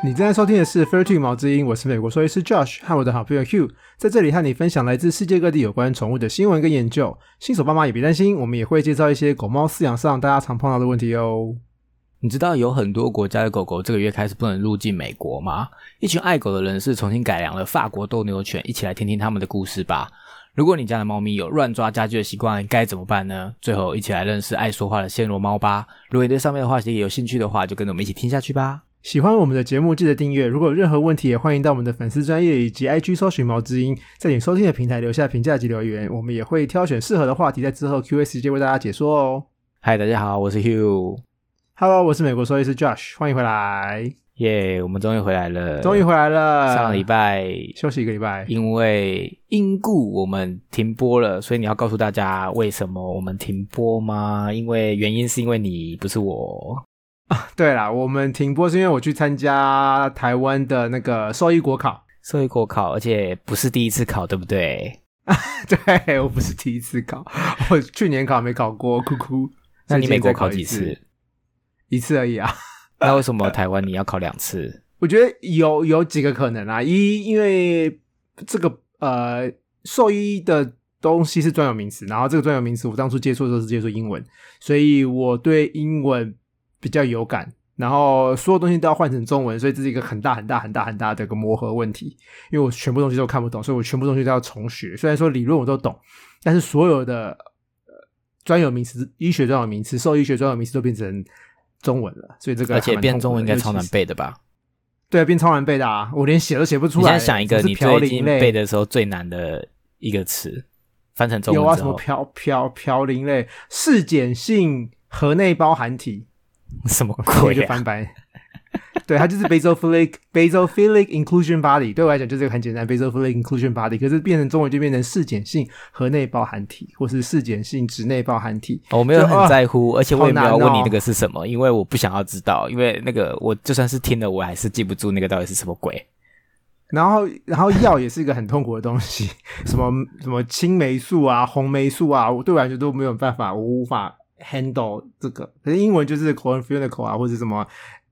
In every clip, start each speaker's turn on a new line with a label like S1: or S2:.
S1: 你正在收听的是 Furry 毛之音，我是美国兽医师 Josh 和我的好朋友 Hugh， 在这里和你分享来自世界各地有关宠物的新闻跟研究。新手爸妈也别担心，我们也会介绍一些狗猫饲养上大家常碰到的问题哦。
S2: 你知道有很多国家的狗狗这个月开始不能入境美国吗？一群爱狗的人士重新改良了法国斗牛犬，一起来听听他们的故事吧。如果你家的猫咪有乱抓家具的习惯，该怎么办呢？最后一起来认识爱说话的暹罗猫吧。如果你对上面的话题有兴趣的话，就跟着我们一起听下去吧。
S1: 喜欢我们的节目记得订阅，如果有任何问题也欢迎到我们的粉丝专页以及 IG 搜寻毛之音，在你收听的平台留下评价及留言，我们也会挑选适合的话题在之后 Q&A 时间为大家解说哦。
S2: 嗨，大家好，我是
S1: Hugh。Hello， 我是美国兽医师 Josh， 欢迎回来。
S2: 耶，我们终于回来了。
S1: 上
S2: 个礼拜
S1: 休息一个礼拜，
S2: 因为因故我们停播了，所以你要告诉大家为什么我们停播吗？因为原因是因为你，不是我。
S1: 对啦，我们停播是因为我去参加台湾的那个兽医国考，
S2: 而且不是第一次考，对不对？
S1: 对，我不是第一次考，我去年考没考过，哭哭。
S2: 那你美国考几次？
S1: 一次而已啊。
S2: 那为什么台湾你要考2次？
S1: 我觉得有几个可能啊。因为这个兽医的东西是专有名词，然后这个专有名词我当初接触的时候是接触英文，所以我对英文比较有感，然后所有东西都要换成中文，所以这是一个很大的一个磨合问题。因为我全部东西都看不懂，所以我全部东西都要重学。虽然说理论我都懂，但是所有的专有名词、医学专有名词、兽医学专有名词都变成中文了，所以这个
S2: 而且变中文应该超难背的吧？
S1: 对啊，变超难背的啊！我连写都写不出来。
S2: 你现在想一个你最近背的时候最难的一个词，翻成中文之后。
S1: 有啊，什么嘌呤类、嗜碱性核内包含体，
S2: 什么鬼啊？
S1: 就翻白。对，它就是 basophilic inclusion body， 对我来讲就是很简单 basophilic inclusion body， 可是变成中文就变成嗜碱性核内包含体或是嗜碱性脂内包含体。
S2: 我没有很在乎，而且我也没有问你那个是什么，因为我不想要知道，因为那个我就算是听了我还是记不住那个到底是什么鬼。
S1: 然后药也是一个很痛苦的东西，什么青霉素啊、红霉素啊，我对我来讲都没有办法，我无法 handle 这个。可是英文就是 chloramphenicol 啊，或者什么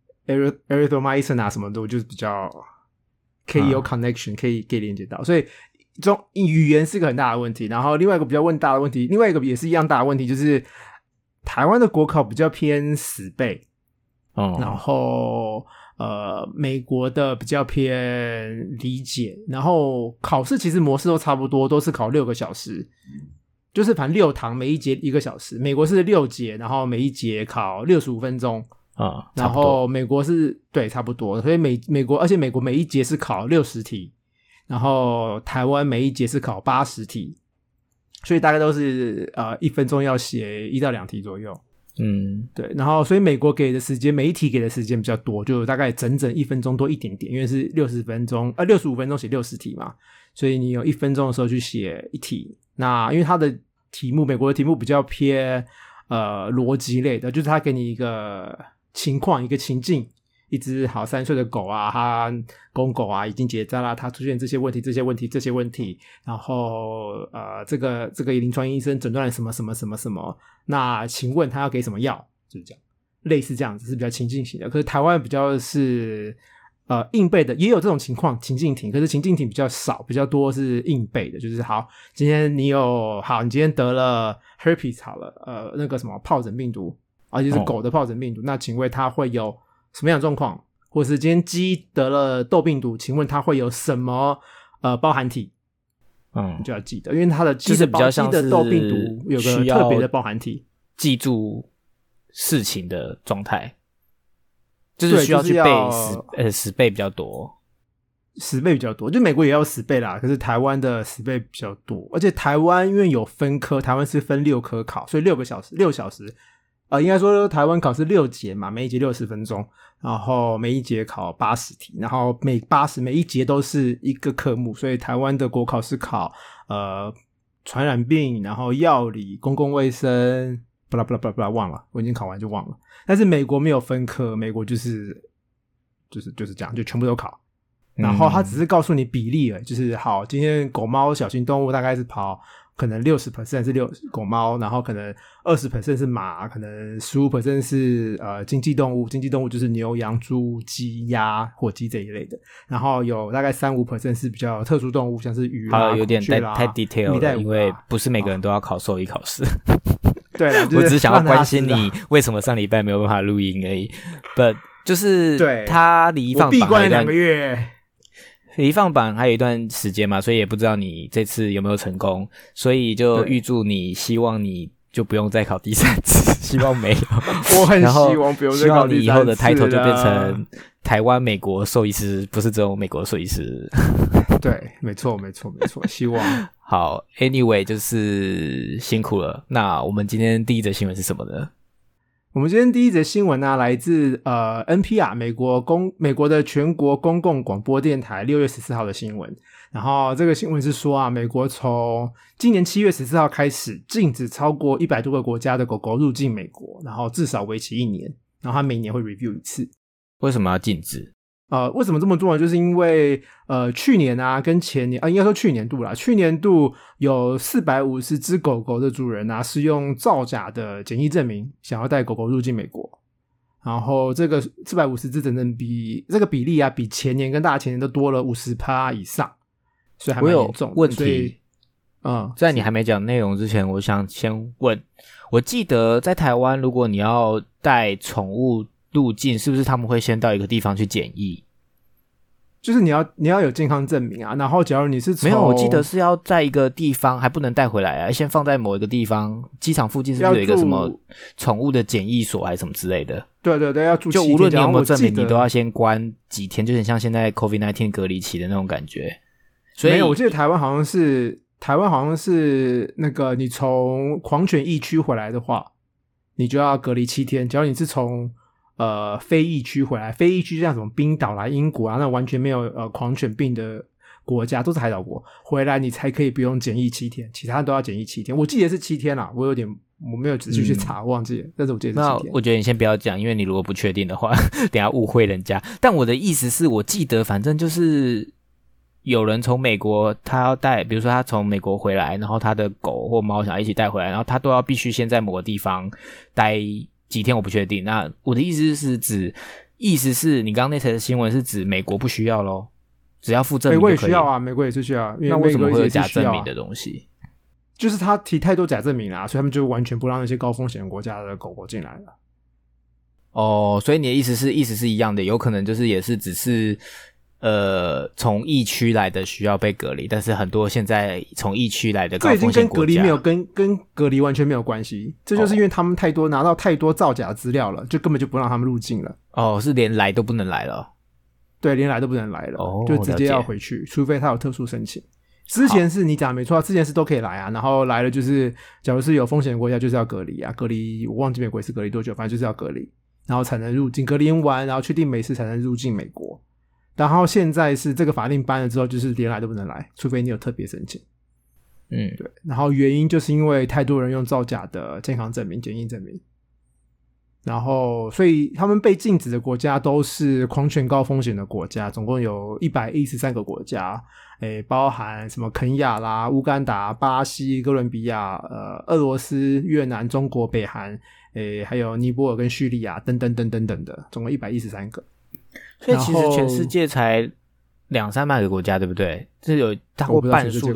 S1: erythromycin 啊什么的，我就是比较可以有 connection，可以连接到，所以语言是一个很大的问题。然后另外一个比较大的问题，另外一个也是一样大的问题，就是台湾的国考比较偏死背，然后美国的比较偏理解，然后考试其实模式都差不多，都是考6个小时，就是反正6堂，每一节1个小时。美国是6节，然后每一节考65分钟。然后美国是对差不多，所以美国，而且美国每一节是考60题，然后台湾每一节是考80题，所以大概都是1分钟要写1到2题左右。对，然后所以美国给的时间，每一题给的时间比较多，就大概整1分钟多一点点，因为是65分钟写60题嘛，所以你有1分钟的时候去写1题。那因为它的题目，美国的题目比较偏逻辑类的，就是它给你一个情况，一个情境，一只好3岁的狗啊，它公狗啊已经结扎了，它出现这些问题，然后这个临床医生诊断了什么，那请问他要给什么药，就是这样，类似这样子是比较情境型的。可是台湾比较是硬背的，也有这种情况情境题，可是情境题比较少，比较多是硬背的，就是好，今天你今天得了 herpes 好了，那个什么疱疹病毒，而且是狗的疱疹病毒，那请问它会有什么样的状况？或是今天鸡得了痘病毒，请问它会有什么包含体？你就要记得，因为它的
S2: 就是比较像是
S1: 痘病毒有个特别的包含体，
S2: 记住事情的状态，就是需要去背10倍比较多。
S1: 10倍比较多，就美国也要10倍啦，可是台湾的10倍比较多，而且台湾因为有分科，台湾是分6科考，所以6小时。应该说台湾考试6节嘛，每一节60分钟，然后每一节考80题，然后每一节都是一个科目，所以台湾的国考是考传染病，然后药理、公共卫生，不啦忘了，我已经考完就忘了。但是美国没有分科，美国就是这样，就全部都考。然后他只是告诉你比例而已，就是好，今天狗猫小型动物大概是跑可能60% 是狗猫，然后可能20% 是马，可能15% 是经济动物，经济动物就是牛羊猪鸡鸭火鸡这一类的，然后有大概3-5% 是比较特殊动物，像是鱼啦，
S2: 有点太 detail 了，因为不是每个人都要考兽医考试。
S1: 对啦，
S2: 我只是想要关心你为什么上礼拜没有办法录音而已。But 就是他离放榜
S1: 我闭关了2个月，
S2: 离放榜还有一段时间嘛，所以也不知道你这次有没有成功，所以就预祝你，希望你就不用再考第3次，希望没有。
S1: 我很希望不用再考第3次了。希望
S2: 你以后的 title 就变成台湾美国兽医师，不是只有美国兽医师。
S1: 对，没错，希望。
S2: 好 ，anyway 就是辛苦了。那我们今天第一则新闻是什么呢？
S1: 我们今天第一则新闻呢，来自NPR 美国的全国公共广播电台6月14号的新闻。然后这个新闻是说啊，美国从今年7月14号开始禁止超过100多个国家的狗狗入境美国，然后至少为期1年，然后它每年会 review 一次。
S2: 为什么要禁止？
S1: 为什么这么做呢？就是因为去年啊跟前年应该说去年度啦，去年度有450只狗狗的主人啊是用造假的检疫证明想要带狗狗入境美国，然后这个450只整整比这个比例啊比前年跟大前年都多了50% 以上，所以还蛮严重的。
S2: 我有问题，在你还没讲内容之前，我想先问，我记得在台湾如果你要带宠物入境，是不是他们会先到一个地方去检疫？
S1: 就是你要有健康证明啊，然后假如你是
S2: 没有，我记得是要在一个地方还不能带回来啊，先放在某一个地方，机场附近是不是有一个什么宠物的检疫所还是什么之类的？
S1: 对，要住7天，
S2: 就无论你有没有证明，你都要先关几天，就很像现在 COVID-19 隔离期的那种感觉。所以
S1: 没有，我记得台湾好像是那个你从狂犬疫区回来的话，你就要隔离7天。假如你是从非疫区回来，非疫区像什么冰岛啦、英国啊，那完全没有狂犬病的国家，都是海岛国，回来你才可以不用检疫7天，其他都要检疫7天。我记得是7天啦，我没有仔细去查，忘记了，但是我记得是7天。
S2: 那我觉得你先不要讲，因为你如果不确定的话，等一下误会人家。但我的意思是，我记得反正就是有人从美国，他要带，比如说他从美国回来，然后他的狗或猫想要一起带回来，然后他都要必须先在某个地方待几天，我不确定。那我的意思是你刚刚那则新闻是指美国不需要咯，只要附证明就可以。
S1: 美国也需要啊，美国也是需要。因为
S2: 那为什么会有假证明的东西？
S1: 就是他提太多假证明啦，所以他们就完全不让那些高风险国家的狗狗进来了。
S2: 哦，所以你的意思是一样的，有可能就是也是只是从疫区来的需要被隔离，但是很多现在从疫区来的高风险国家，这已经
S1: 跟隔离完全没有关系，这就是因为他们拿到太多造假资料了，就根本就不让他们入境了。
S2: 哦，是连来都不能来了。
S1: 对，连来都不能来了，就直接要回去，除非他有特殊申请。之前是你讲没错，之前是都可以来啊，然后来了就是假如是有风险的国家就是要隔离啊，隔离我忘记美国是隔离多久，反正就是要隔离，然后才能入境，隔离完然后确定没事才能入境美国。然后现在是这个法令颁了之后，就是连来都不能来，除非你有特别申请。对。然后原因就是因为太多人用造假的健康证明、检疫证明，然后所以他们被禁止的国家都是狂犬高风险的国家，总共有113个国家，包含什么肯亚啦、乌干达、巴西、哥伦比亚、俄罗斯、越南、中国、北韩，还有尼泊尔跟叙利亚等等的，总共113个。
S2: 所以其实全世界才200-300个国家，对不对？这有超过半数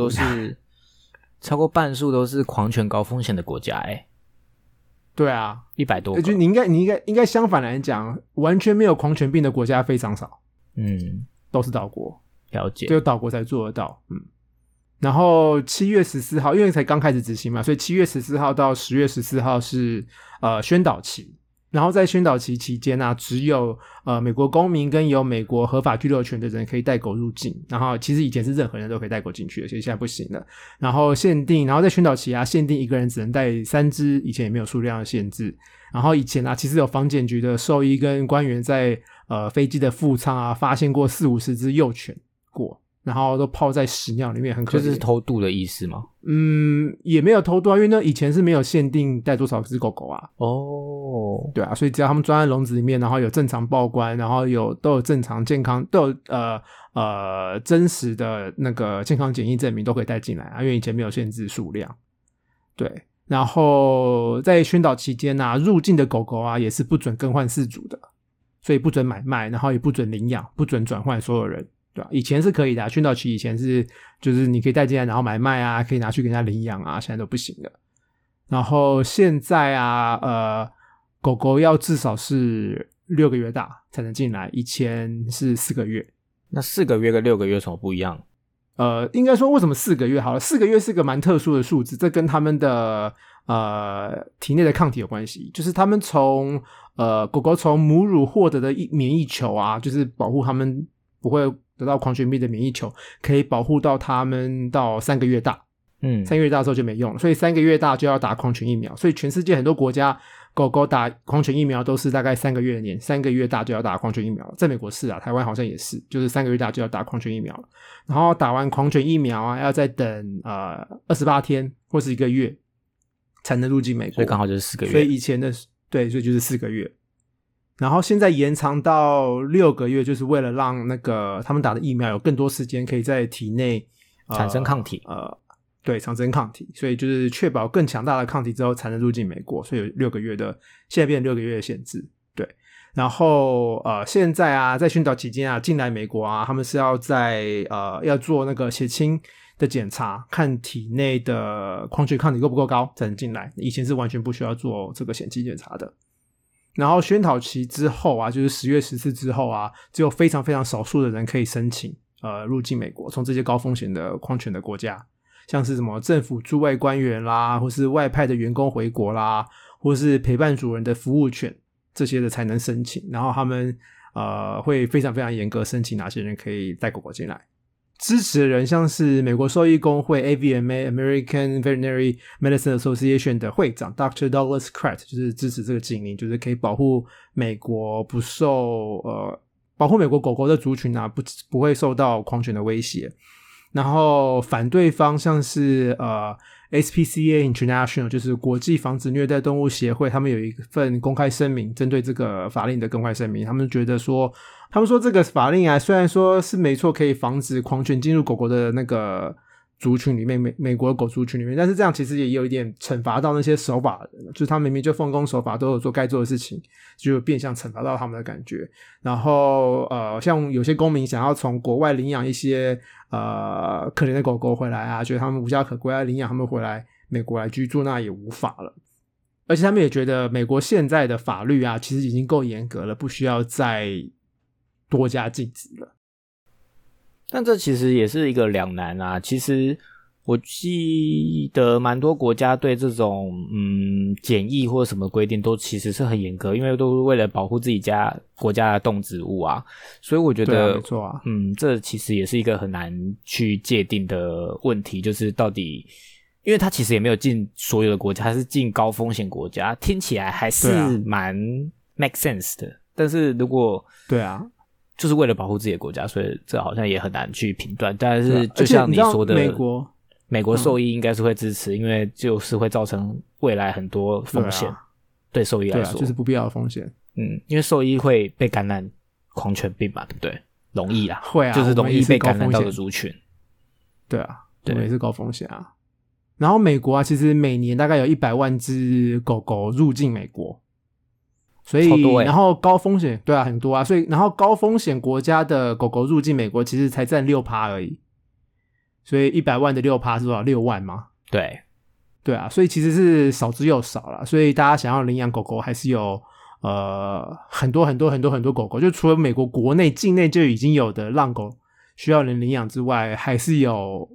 S2: 都是狂犬高风险的国家
S1: 对啊
S2: ，100多个。
S1: 就你应该相反来讲，完全没有狂犬病的国家非常少。都是岛国。
S2: 了解。
S1: 只有岛国才做得到。然后7月14号，因为才刚开始执行嘛，所以7月14号到10月14号是宣导期。然后在宣导期期间啊，只有美国公民跟有美国合法居留权的人可以带狗入境。然后其实以前是任何人都可以带狗进去的，所以现在不行了。然后在宣导期啊，限定一个人只能带3只，以前也没有数量的限制。然后以前啊，其实有防检局的兽医跟官员在飞机的副舱啊，发现过40-50只幼犬过， 然后都泡在屎尿里面，很可怜。
S2: 就是偷渡的意思吗？
S1: 也没有偷渡啊，因为那以前是没有限定带多少只狗狗啊。
S2: 哦，
S1: 对啊，所以只要他们装在笼子里面，然后有正常报关，然后都有正常健康，都有真实的那个健康检疫证明，都可以带进来啊，因为以前没有限制数量。对，然后在宣导期间啊，入境的狗狗啊也是不准更换饲主的，所以不准买卖，然后也不准领养，不准转换所有人。对吧？以前是可以的宣导期以前是就是你可以带进来然后买卖啊，可以拿去给人家领养啊，现在都不行了。然后现在啊狗狗要至少是6个月大才能进来，以前是4个月。
S2: 那4个月跟6个月有什么不一样？
S1: 应该说为什么4个月好了，4个月是个蛮特殊的数字，这跟他们的体内的抗体有关系，就是他们狗狗从母乳获得的免疫球啊，就是保护他们不会得到狂犬病的免疫球，可以保护到他们到3个月大。3个月大之后就没用了，所以3个月大就要打狂犬疫苗。所以全世界很多国家狗狗打狂犬疫苗都是大概3个月的年，3个月大就要打狂犬疫苗了。在美国是啊，台湾好像也是，就是3个月大就要打狂犬疫苗了。然后打完狂犬疫苗啊，要再等28天或是1个月才能入境美国，
S2: 所以刚好就是4个月。
S1: 所以以前的对，所以就是4个月。然后现在延长到6个月，就是为了让那个他们打的疫苗有更多时间可以在体内
S2: 产生抗体。
S1: 对，产生抗体，所以就是确保更强大的抗体之后才能入境美国，所以有6个月的，现在变成6个月的限制。对，然后现在啊，在宣导期间啊，进来美国啊，他们是要要做那个血清的检查，看体内的狂犬抗体够不够高才能进来，以前是完全不需要做这个血清检查的。然后宣导期之后啊，就是10月14之后啊，只有非常非常少数的人可以申请入境美国，从这些高风险的狂犬的国家，像是什么政府驻外官员啦，或是外派的员工回国啦，或是陪伴主人的服务犬，这些的才能申请。然后他们会非常非常严格申请哪些人可以带狗狗进来。支持的人像是美国兽医工会 AVMA American Veterinary Medicine Association 的会长 Dr. Douglas Kratt 就是支持这个禁令，就是可以保护美国保护美国狗狗的族群啊，不会受到狂犬的威胁。然后反对方像是SPCA International 就是国际防止虐待动物协会，他们有一份公开声明，针对这个法令的公开声明，他们说这个法令啊，虽然说是没错可以防止狂犬进入狗狗的那个族群里面，美国的狗族群里面，但是这样其实也有一点惩罚到那些守法的人，就是他们明明就奉公守法，都有做该做的事情，就变相惩罚到他们的感觉。然后像有些公民想要从国外领养一些可怜的狗狗回来啊，觉得他们无家可归，要领养他们回来美国来居住，那也无法了。而且他们也觉得美国现在的法律啊，其实已经够严格了，不需要再多加禁止了。
S2: 但这其实也是一个两难啊。其实我记得蛮多国家对这种检疫或者什么规定都其实是很严格，因为都是为了保护自己国家的动植物啊。所以我觉得
S1: 没错啊，
S2: 这其实也是一个很难去界定的问题，就是到底因为它其实也没有进所有的国家，它是进高风险国家，听起来还是蛮 make sense 的。但是如果
S1: 对啊，
S2: 就是为了保护自己的国家，所以这好像也很难去评断。但是就像你说的，美国兽医应该是会支持，因为就是会造成未来很多风险，对兽医来说，
S1: 就是不必要的风险。
S2: 因为兽医会被感染狂犬病嘛，对不对？容易啊，
S1: 会啊，
S2: 就是容易被感染到的族群。
S1: 对啊，我们也是高风险啊。然后美国啊，其实每年大概有100万只狗狗入境美国。所以然后高风险，对啊，很多啊，所以然后高风险国家的狗狗入境美国其实才占 6% 而已，所以100万的 6% 是多少？6万吗？对啊，所以其实是少之又少啦。所以大家想要领养狗狗还是有很多很多很多很多狗狗，就除了美国国内境内就已经有的浪狗需要人领养之外，还是有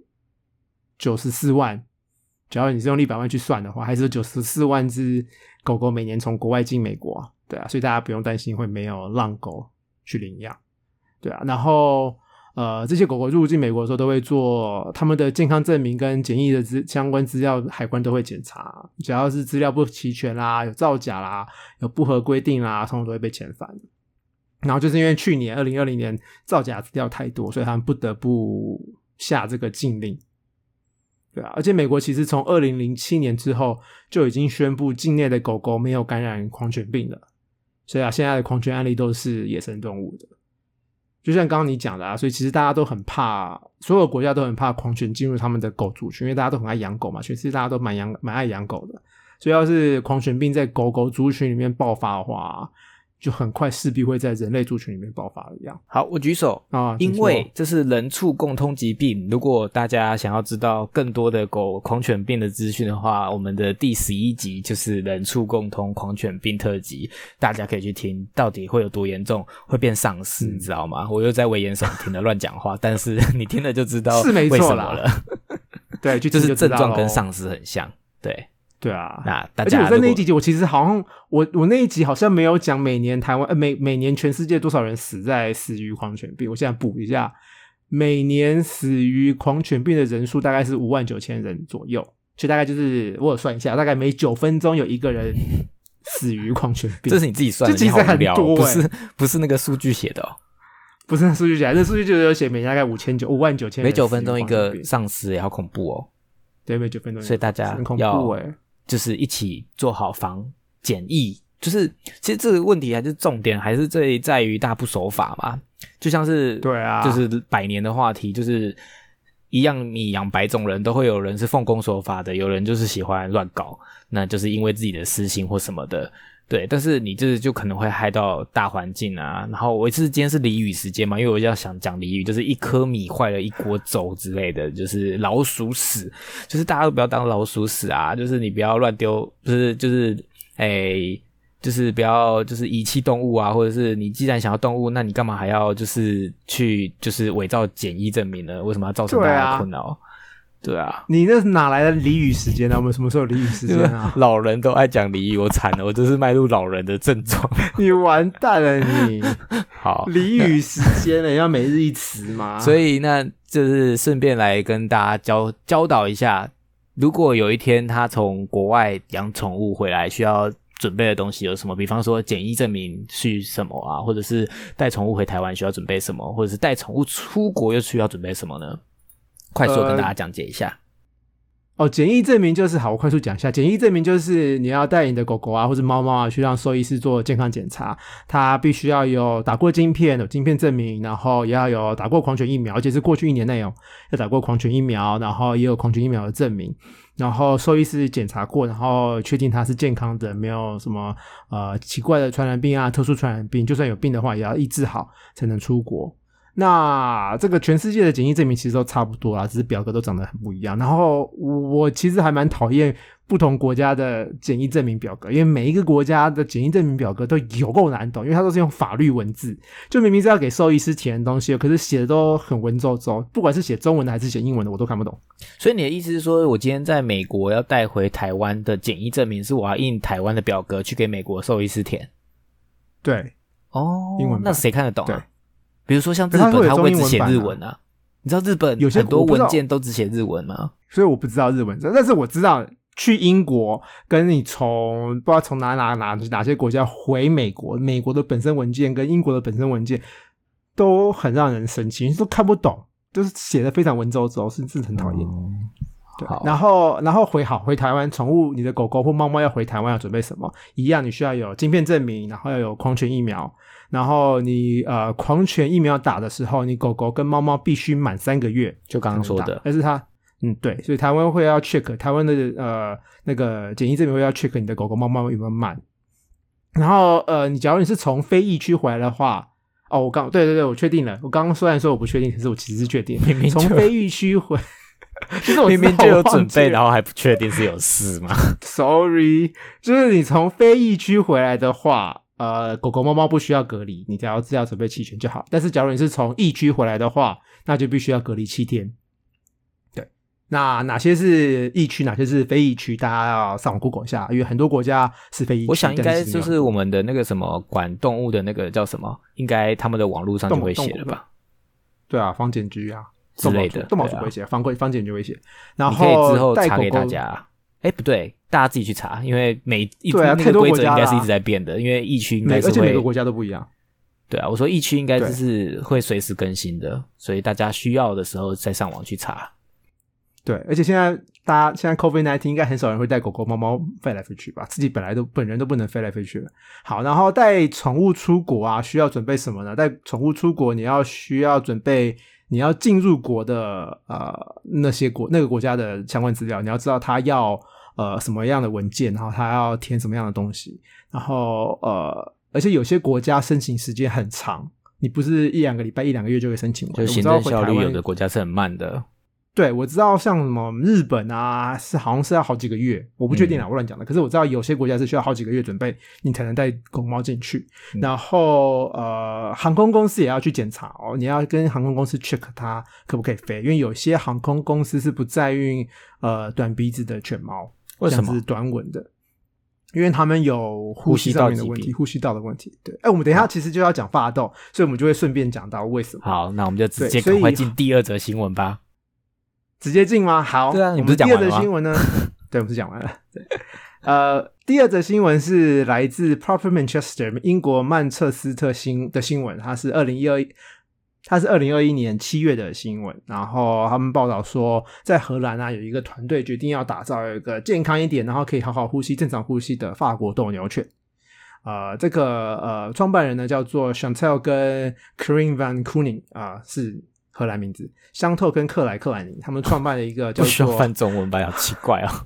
S1: 94万，只要你是用100万去算的话，还是有94万只狗狗每年从国外进美国啊。对啊，所以大家不用担心会没有浪狗去领养。对啊，然后这些狗狗入境美国的时候都会做他们的健康证明跟检疫的相关资料，海关都会检查，只要是资料不齐全啦，有造假啦，有不合规定啦，通常都会被遣返。 然后就是因为去年2020年造假资料太多，所以他们不得不下这个禁令。对啊，而且美国其实从2007年之后就已经宣布境内的狗狗没有感染狂犬病了，所以啊，现在的狂犬案例都是野生动物的。就像刚刚你讲的啊，所以其实大家都很怕，所有国家都很怕狂犬进入他们的狗族群，因为大家都很爱养狗嘛，全世界大家都蛮爱养狗的，所以要是狂犬病在狗狗族群里面爆发的话，就很快势必会在人类族群里面爆发一样。
S2: 好，我举手啊，因为这是人畜共通疾病。如果大家想要知道更多的狂犬病的资讯的话，我们的第11集就是人畜共通狂犬病特辑，大家可以去听，到底会有多严重，会变丧尸，你知道吗？我又在危言耸听的乱讲话，但是你听了就知道为什么了。
S1: 对，
S2: 就是症状跟丧尸很像，
S1: 对啊，
S2: 那大家
S1: 而且我在那一集我其实好像我那一集好像没有讲每年台湾每年全世界多少人死于狂犬病，我现在补一下，每年死于狂犬病的人数大概是59000人左右，所以大概就是我有算一下，大概每9分钟有一个人死于狂犬病。
S2: 这是你自己算的，
S1: 这其实很多
S2: 不是那个数据写的哦。
S1: 不是数据写的，这数据就有写每年大概59000人，
S2: 每9分钟一个丧尸也好恐怖哦。
S1: 对，每9分钟，
S2: 所以大家要就是一起做好检疫，就是其实这个问题还是重点还是在于大家不守法嘛，就像是
S1: 对啊，
S2: 就是100年的话题，就是一样米养百种人，都会有人是奉公守法的，有人就是喜欢乱搞，那就是因为自己的私心或什么的。对，但是你这就可能会害到大环境啊。然后今天是俚语时间嘛，因为我要想讲俚语，就是一颗米坏了一锅粥之类的，就是老鼠屎，就是大家都不要当老鼠屎啊，就是你不要乱丢，就是不要就是遗弃动物啊，或者是你既然想要动物，那你干嘛还要就是去就是伪造检疫证明呢？为什么要造成大家的困扰？对啊，
S1: 你那哪来的俚语时间啊？我们什么时候有俚语时间啊？
S2: 老人都爱讲俚语，我惨了，我这是迈入老人的症状。
S1: 你完蛋了你！
S2: 好，
S1: 俚语时间了，要每日一词嘛。
S2: 所以那就是顺便来跟大家教导一下，如果有一天他从国外养宠物回来，需要准备的东西有什么？比方说检疫证明是什么啊，或者是带宠物回台湾需要准备什么，或者是带宠物出国又需要准备什么呢？快速跟大家讲解一下。
S1: 检疫证明就是好，我快速讲一下。检疫证明就是你要带你的狗狗啊或者猫猫啊去让兽医师做健康检查，它必须要有打过晶片，有晶片证明，然后也要有打过狂犬疫苗，而且是过去1年内要打过狂犬疫苗，然后也有狂犬疫苗的证明，然后兽医师检查过，然后确定它是健康的，没有什么奇怪的传染病啊、特殊传染病，就算有病的话也要医治好才能出国。那这个全世界的检疫证明其实都差不多啦，只是表格都长得很不一样。然后我其实还蛮讨厌不同国家的检疫证明表格，因为每一个国家的检疫证明表格都有够难懂，因为它都是用法律文字，就明明是要给兽医师填的东西，可是写的都很文绉绉，不管是写中文的还是写英文的我都看不懂。
S2: 所以你的意思是说，我今天在美国要带回台湾的检疫证明是我要印台湾的表格去给美国兽医师填？
S1: 对，英文版。
S2: 那谁看得懂啊？比如说像日本，它会只写日文啊。你知道日本很多文件都只写日文吗？
S1: 所以我不知道日文，但是我知道去英国跟你从不知道从哪些国家回美国，美国的本身文件跟英国的本身文件都很让人生气，都看不懂，就是写的非常文绉绉，甚至很讨厌。对，然后回台湾，宠物你的狗狗或猫猫要回台湾要准备什么？一样，你需要有晶片证明，然后要有狂犬疫苗，然后你狂犬疫苗打的时候，你狗狗跟猫猫必须满3个月，
S2: 就刚刚说的，
S1: 但是它对，所以台湾会要 check 台湾的那个检疫证明会要 check 你的狗狗猫猫有没有满。然后假如你是从非疫区回来的话，对，我确定了，我刚刚虽然说我不确定，可是我其实是确定，从非疫区回。其实我
S2: 明明就有准备，然后还不确定是有事吗
S1: ？Sorry， 就是你从非疫区回来的话，狗狗猫猫不需要隔离，你只要资料准备齐全就好。但是假如你是从疫区回来的话，那就必须要隔离7天。对，那哪些是疫区，哪些是非疫区，大家要上网 Google 一下，因为很多国家是非疫区。
S2: 我想应该就是我们的那个什么管动物的那个叫什么，应该他们的网络上就会写了吧？对啊，
S1: 方检局啊。
S2: 之类的，
S1: 动保署不会写，方检就会写。然后
S2: 你可以之后查给大家。不对，大家自己去查，因为那个规则应该是一直在变的，因为疫区应该是会，
S1: 而且每个国家都不一样。
S2: 对啊，我说疫区应该就是会随时更新的，所以大家需要的时候再上网去查。
S1: 对，而且现在 COVID-19 应该很少人会带狗狗猫猫飞来飞去吧，自己本人都不能飞来飞去了。好，然后带宠物出国啊需要准备什么呢？带宠物出国需要准备你要进入国的那个国家的相关资料，你要知道他要什么样的文件，然后他要填什么样的东西，然后而且有些国家申请时间很长，你不是1-2个礼拜1-2个月就可以申请完，
S2: 就行政效率有的国家是很慢的。
S1: 对，我知道像什么日本啊，好像是要好几个月，我不确定啦，我乱讲的。可是我知道有些国家是需要好几个月准备，你才能带狗猫进去。然后航空公司也要去检查哦，你要跟航空公司 check 它可不可以飞，因为有些航空公司是不载运短鼻子的犬猫，
S2: 为什么？
S1: 像是短吻的。因为他们有呼吸上面的问题，呼吸道的问题。对，我们等一下其实就要讲发豆，所以我们就会顺便讲到为什么。
S2: 好，那我们就直接赶快进第二则新闻吧。
S1: 直接进吗？好，
S2: 对啊，你不是讲完了吗？
S1: 第二则新闻呢？对，我们是讲完了。对，第二则新闻是来自 Proper Manchester 英国曼彻斯特的新闻，它是2021年7月的新闻。然后他们报道说，在荷兰啊有一个团队决定要打造一个健康一点，然后可以好好呼吸、正常呼吸的法国斗牛犬。这个创办人呢叫做 Chantal 跟 Corinne van Koenig 是荷兰名字，香透跟克莱尼他们创办了一个叫做
S2: 不需要翻中文吧，好奇怪哦。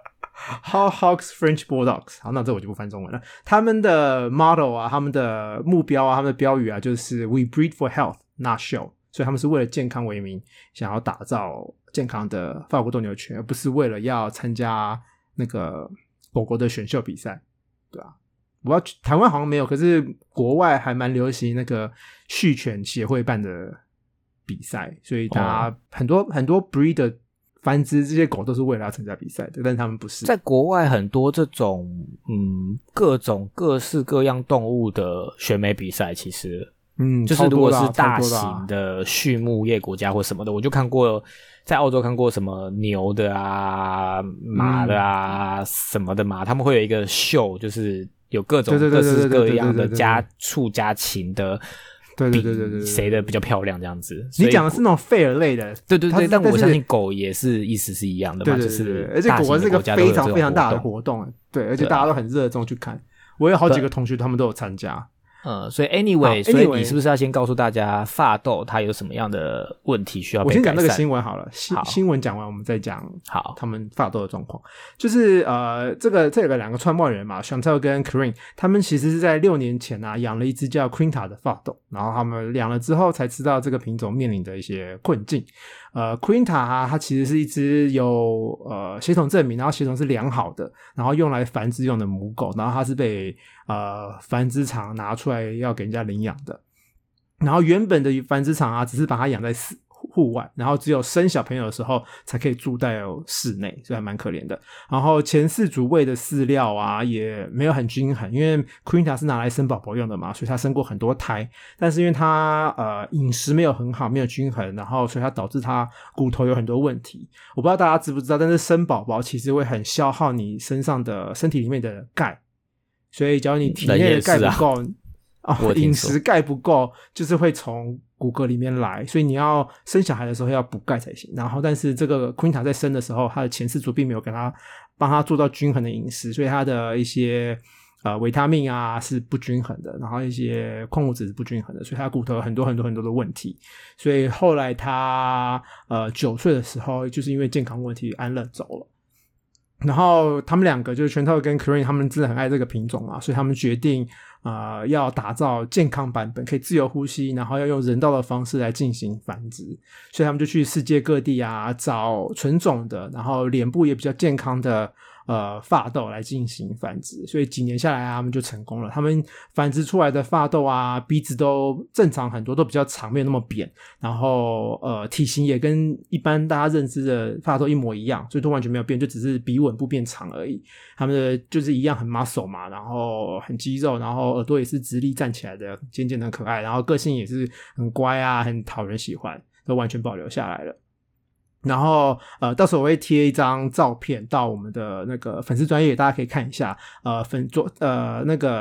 S1: How Hawks French Bulldogs， 好，那这我就不翻中文了。他们的 motto 啊，他们的目标啊，他们的标语啊，就是 We breed for health, not show。所以他们是为了健康为名，想要打造健康的法国斗牛犬，而不是为了要参加那个狗狗的选秀比赛，对吧？我不知道台湾好像没有，可是国外还蛮流行那个畜犬协会办的比赛，所以大家很多 breed 繁殖这些狗都是为了要参加比赛的，但是他们不是。
S2: 在国外很多这种各种各式各样动物的选美比赛，其实就是如果是大型的畜牧业国家或什么的，我就看过，在澳洲看过什么牛的啊、马的啊、什么的马，他们会有一个秀，就是有各种各式各样的家畜家禽的。
S1: 对，
S2: 谁的比较漂亮这样子？
S1: 你讲的是那种fair类的，
S2: 对，但我相信狗也是意思是一样的嘛，就是
S1: 而且狗狗是一个非常非常大的活动，对，而且大家都很热衷去看。我有好几个同学他们都有参加。
S2: 所以 anyway， 所以你是不是要先告诉大家法斗它有什么样的问题需要被改善？
S1: 我先讲那个新闻好了，新闻讲完我们再讲好他们法斗的状况。就是这有个两个创办人嘛 Chantal 跟 Corinne， 他们其实是在6年前养了一只叫 Quinta 的法斗，然后他们养了之后才知道这个品种面临的一些困境。Quinta 它其实是一只有血统证明，然后血统是良好的，然后用来繁殖用的母狗，然后它是被繁殖场拿出来要给人家领养的。然后原本的繁殖场只是把它养在户外，然后只有生小朋友的时候才可以住在室内，所以还蛮可怜的。然后前饲主喂的饲料也没有很均衡，因为 Quinta 是拿来生宝宝用的嘛，所以它生过很多胎，但是因为它饮食没有很好，没有均衡，然后所以它导致它骨头有很多问题。我不知道大家知不知道，但是生宝宝其实会很消耗你身体里面的钙，所以假如你体内的钙不够饮食钙不够，就是会从骨骼里面来，所以你要生小孩的时候要补钙才行。然后但是这个 Quinta 在生的时候，他的前饲主并没有帮他做到均衡的饮食，所以他的一些维他命是不均衡的，然后一些矿物质是不均衡的，所以他骨头有很多的问题。所以后来他9岁的时候，就是因为健康问题安乐走了。然后他们两个就是Chantal跟 Corinne， 他们真的很爱这个品种嘛，所以他们决定要打造健康版本，可以自由呼吸，然后要用人道的方式来进行繁殖。所以他们就去世界各地找纯种的，然后脸部也比较健康的法斗来进行繁殖。所以几年下来他们就成功了。他们繁殖出来的法斗鼻子都正常很多，都比较长，没有那么扁，然后体型也跟一般大家认知的法斗一模一样，所以都完全没有变，就只是鼻吻不变长而已。他们的就是一样很 muscle 嘛，然后很肌肉，然后耳朵也是直立站起来的，尖尖的可爱，然后个性也是很乖很讨人喜欢，都完全保留下来了。然后到时候我会贴一张照片到我们的那个粉丝专页，大家可以看一下那个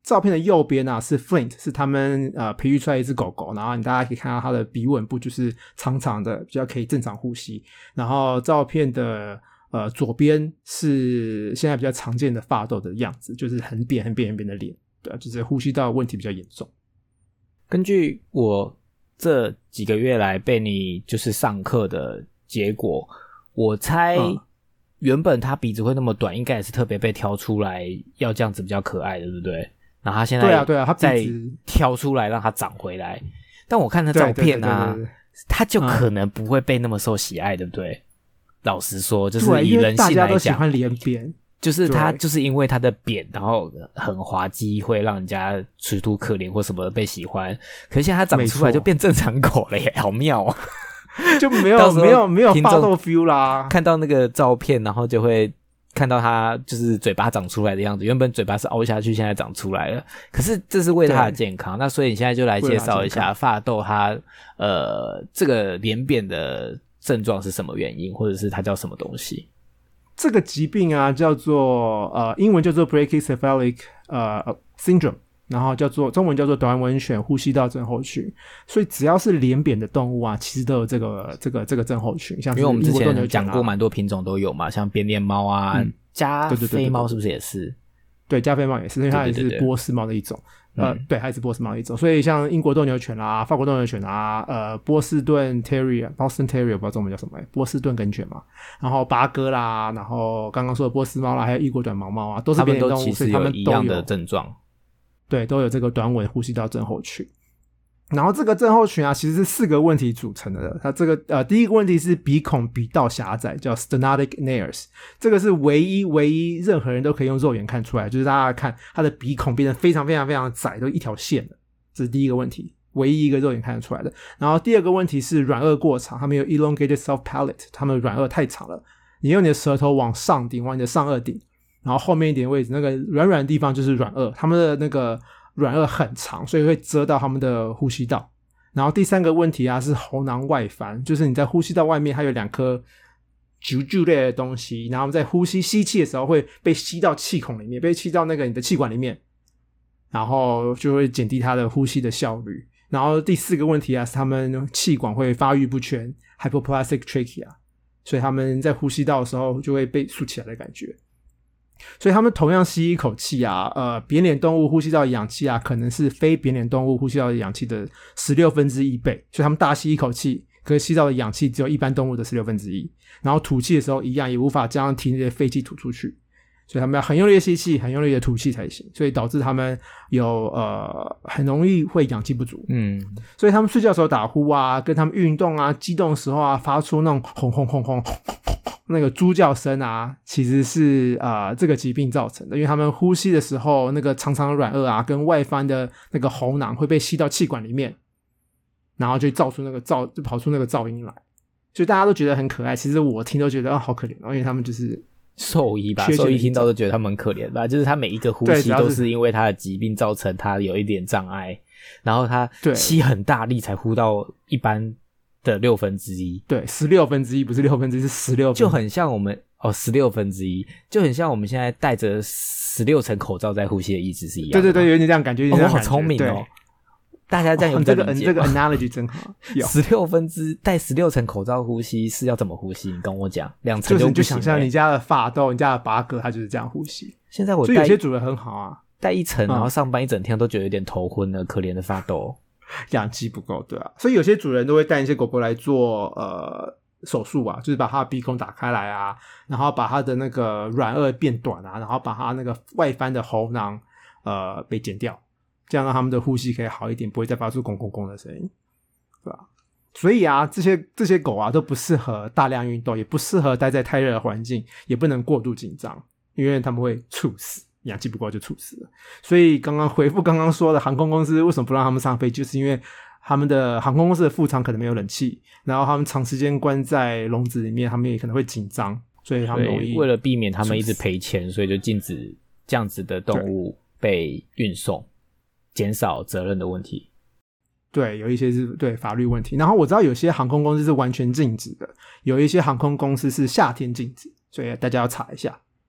S1: 照片的右边啊是 Flint， 是他们培育出来一只狗狗，然后大家可以看到它的鼻吻部就是长长的，比较可以正常呼吸。然后照片的左边是现在比较常见的发豆的样子，就是很扁很扁很扁的脸，对，就是呼吸道问题比较严重。
S2: 根据我这几个月来被你就是上课的结果，我猜原本他鼻子会那么短，应该也是特别被挑出来要这样子比较可爱的，对不对？然后他现在
S1: 对啊，他
S2: 再挑出来让他长回来。但我看那照片啊，
S1: 对，
S2: 他就可能不会被那么受喜爱，对不对？老实说，就是以
S1: 因为
S2: 人性来讲，
S1: 大家都喜欢脸扁，
S2: 就是他就是因为他的扁，然后很滑稽，会让人家楚楚可怜或什么被喜欢。可是现在他长出来就变正常狗了耶，好妙啊！
S1: 就没有发豆 feel 啦。
S2: 看到那个照片，然后就会看到他就是嘴巴长出来的样子，原本嘴巴是凹下去，现在长出来了。可是这是为了他的健康，那所以你现在就来介绍一下发豆它这个脸扁的症状是什么原因，或者是它叫什么东西？
S1: 这个疾病啊叫做英文叫做 Brachycephalic syndrome， 然后中文叫做短吻犬呼吸道症候群。所以只要是脸扁的动物啊，其实都有这个症候群。像是
S2: 因为我们之前讲过蛮多品种都有嘛，像边脸猫啊，加菲猫是不是也是？
S1: 对，加菲猫也是，因为它也是波斯猫的一种。对，它也是波斯猫的一种。所以像英国斗牛犬啊、法国斗牛犬啊、波士顿 Terrier、Boston Terrier 不知道中文叫什么，波士顿梗犬嘛。然后巴哥啦，然后刚刚说的波斯猫啦，还有异国短毛猫啊，都是边脸动物，所以他们都有
S2: 一样的症状。
S1: 对，都有这个短吻呼吸道症候群。然后这个症候群啊，其实是4个问题组成的。它这个第一个问题是鼻孔鼻道狭窄，叫 stenotic nares， 这个是唯一任何人都可以用肉眼看出来，就是大家看它的鼻孔变得非常非常非常窄，都一条线了，这是第一个问题，唯一一个肉眼看得出来的。然后第二个问题是软腭过长，他们有 elongated soft palate， 他们软腭太长了，你用你的舌头往上顶，往你的上颚顶，然后后面一点位置那个软软的地方就是软腭，他们的那个软腭很长，所以会遮到他们的呼吸道。然后第三个问题啊是喉囊外翻，就是你在呼吸道外面还有2颗啾啾类的东西，然后在吸气的时候会被吸到气孔里面，被吸到那个你的气管里面，然后就会减低它的呼吸的效率。然后第4个问题啊是他们气管会发育不全 hypoplastic trachea， 所以他们在呼吸道的时候就会被竖起来的感觉。所以他们同样吸一口气啊，扁脸动物呼吸道的氧气啊，可能是非扁脸动物呼吸道的氧气的1/16倍，所以他们大吸一口气，可是吸到的氧气只有一般动物的1/16，然后吐气的时候一样也无法将体内的废气吐出去，所以他们要很用力的吸气，很用力的吐气才行，所以导致他们有很容易会氧气不足。所以他们睡觉的时候打呼啊，跟他们运动啊、激动的时候啊，发出那种轰轰轰轰那个猪叫声啊，其实是这个疾病造成的，因为他们呼吸的时候，那个长长的软腭啊，跟外翻的那个喉囊会被吸到气管里面，然后就跑出那个噪音来，所以大家都觉得很可爱。其实我听都觉得好可怜因为他们就是
S2: 兽医吧，兽医听到都觉得他们很可怜吧，就是他每一个呼吸都是因为他的疾病造成他有一点障碍，然后他吸很大力才呼到一般的1/6，对
S1: ，1/16不是1/6，是16，
S2: 就很像我们1/16，就很像我们现在戴着16层口罩在呼吸的意思是一样的。
S1: 对，有点这样感觉。
S2: 我好聪明哦！大家这样有这个理解吗？
S1: 这个 analogy 真好。
S2: 戴16层口罩呼吸是要怎么呼吸？你跟我讲，2层
S1: 就想象你家的发豆，你家的八哥，他就是这样呼吸。
S2: 现在我
S1: 所以有些主人很好啊，
S2: 戴1层，然后上班一整天都觉得有点头昏了，可怜的发豆。
S1: 氧气不够，对啊，所以有些主人都会带一些狗狗来做手术啊，就是把它的鼻孔打开来啊，然后把它的那个软腭变短啊，然后把它那个外翻的喉囊被剪掉，这样让他们的呼吸可以好一点，不会再发出公公公的声音，对吧？所以啊，这些狗啊都不适合大量运动，也不适合待在太热的环境，也不能过度紧张，因为他们会猝死。氧气不够就猝死了。所以回复刚刚说的航空公司为什么不让他们上飞，就是因为他们的航空公司的副舱可能没有冷气，然后他们长时间关在笼子里面，他们也可能会紧张，所以他们容易
S2: 为了避免他们一直赔钱，所以就禁止这样子的动物被运送，减少责任的问题。
S1: 对，有一些是对法律问题，然后我知道有些航空公司是完全禁止的，有一些航空公司是夏天禁止，所以大家要查一下。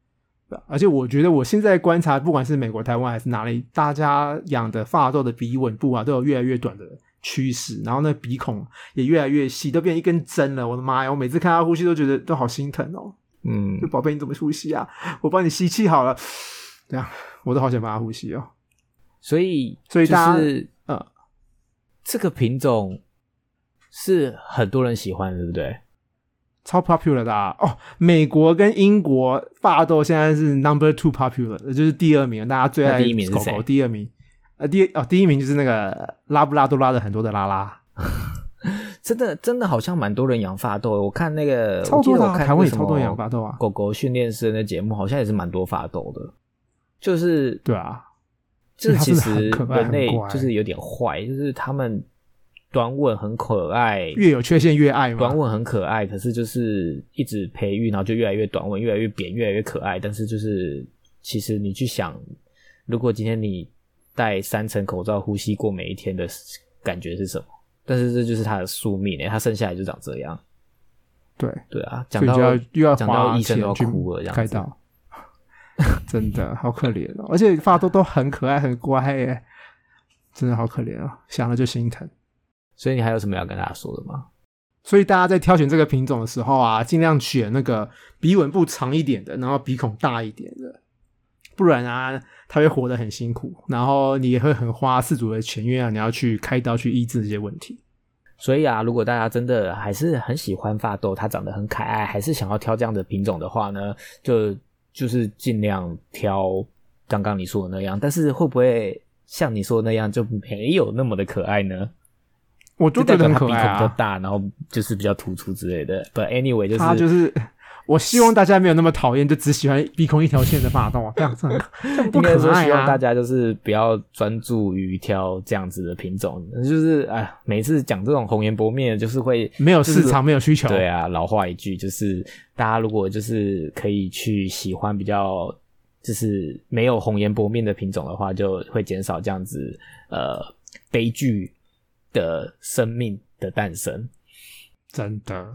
S1: 而且我觉得我现在观察，不管是美国、台湾还是哪里，大家养的法斗的鼻吻部啊，都有越来越短的趋势，然后那鼻孔也越来越细，都变成一根针了。我的妈呀！我每次看他呼吸都觉得都好心疼哦。就宝贝你怎么呼吸啊？我帮你吸气好了。这样我都好想帮他呼吸哦。
S2: 所以
S1: 大家
S2: 这个品种是很多人喜欢的，对不对？
S1: 超 popular 的哦！美国跟英国法斗现在是 number 2 popular， 就是第2名，大家最爱
S2: 第一名是谁？
S1: 狗狗第2名，第1名就是那个拉布拉多拉的很多的拉拉。
S2: 真的好像蛮多人养法斗的。我看那个，
S1: 超多的
S2: 我看
S1: 台湾也超多人养法斗啊。
S2: 狗狗训练师的节目好像也是蛮多法斗的，就是
S1: 对啊，
S2: 就是其实人类就是有点坏，就是他们短吻很可爱，
S1: 越有缺陷越爱嘛。
S2: 短吻很可爱，可是就是一直培育，然后就越来越短吻，越来越扁，越来越可爱。但是就是其实你去想，如果今天你戴3层口罩呼吸过每一天的感觉是什么？但是这就是他的宿命他生下来就长这样。对啊，讲到
S1: 又要
S2: 讲到医生都要哭了，这样子开刀，
S1: 真的好可怜哦。而且法斗都很可爱很乖耶，真的好可怜哦，想了就心疼。
S2: 所以你还有什么要跟大家说的吗？
S1: 所以大家在挑选这个品种的时候啊，尽量选那个鼻吻部长一点的，然后鼻孔大一点的，不然啊它会活得很辛苦，然后你也会很花饲主的钱，因为你要去开刀去医治这些问题。
S2: 所以啊，如果大家真的还是很喜欢法斗，它长得很可爱，还是想要挑这样的品种的话呢，就是尽量挑刚刚你说的那样。但是会不会像你说的那样就没有那么的可爱呢？
S1: 我就觉得很可爱啊，
S2: 就代表它鼻孔比较大，然后就是比较突出之类的。But anyway，
S1: 它就是我希望大家没有那么讨厌，就只喜欢鼻孔一条线的法斗，这样子不可爱啊。应该说
S2: 希望大家就是不要专注于挑这样子的品种，就是每次讲这种红颜薄面就是会
S1: 没有市场，没有需求。
S2: 对啊，老话一句，就是大家如果就是可以去喜欢比较就是没有红颜薄面的品种的话，就会减少这样子悲剧的生命的诞生。
S1: 真的。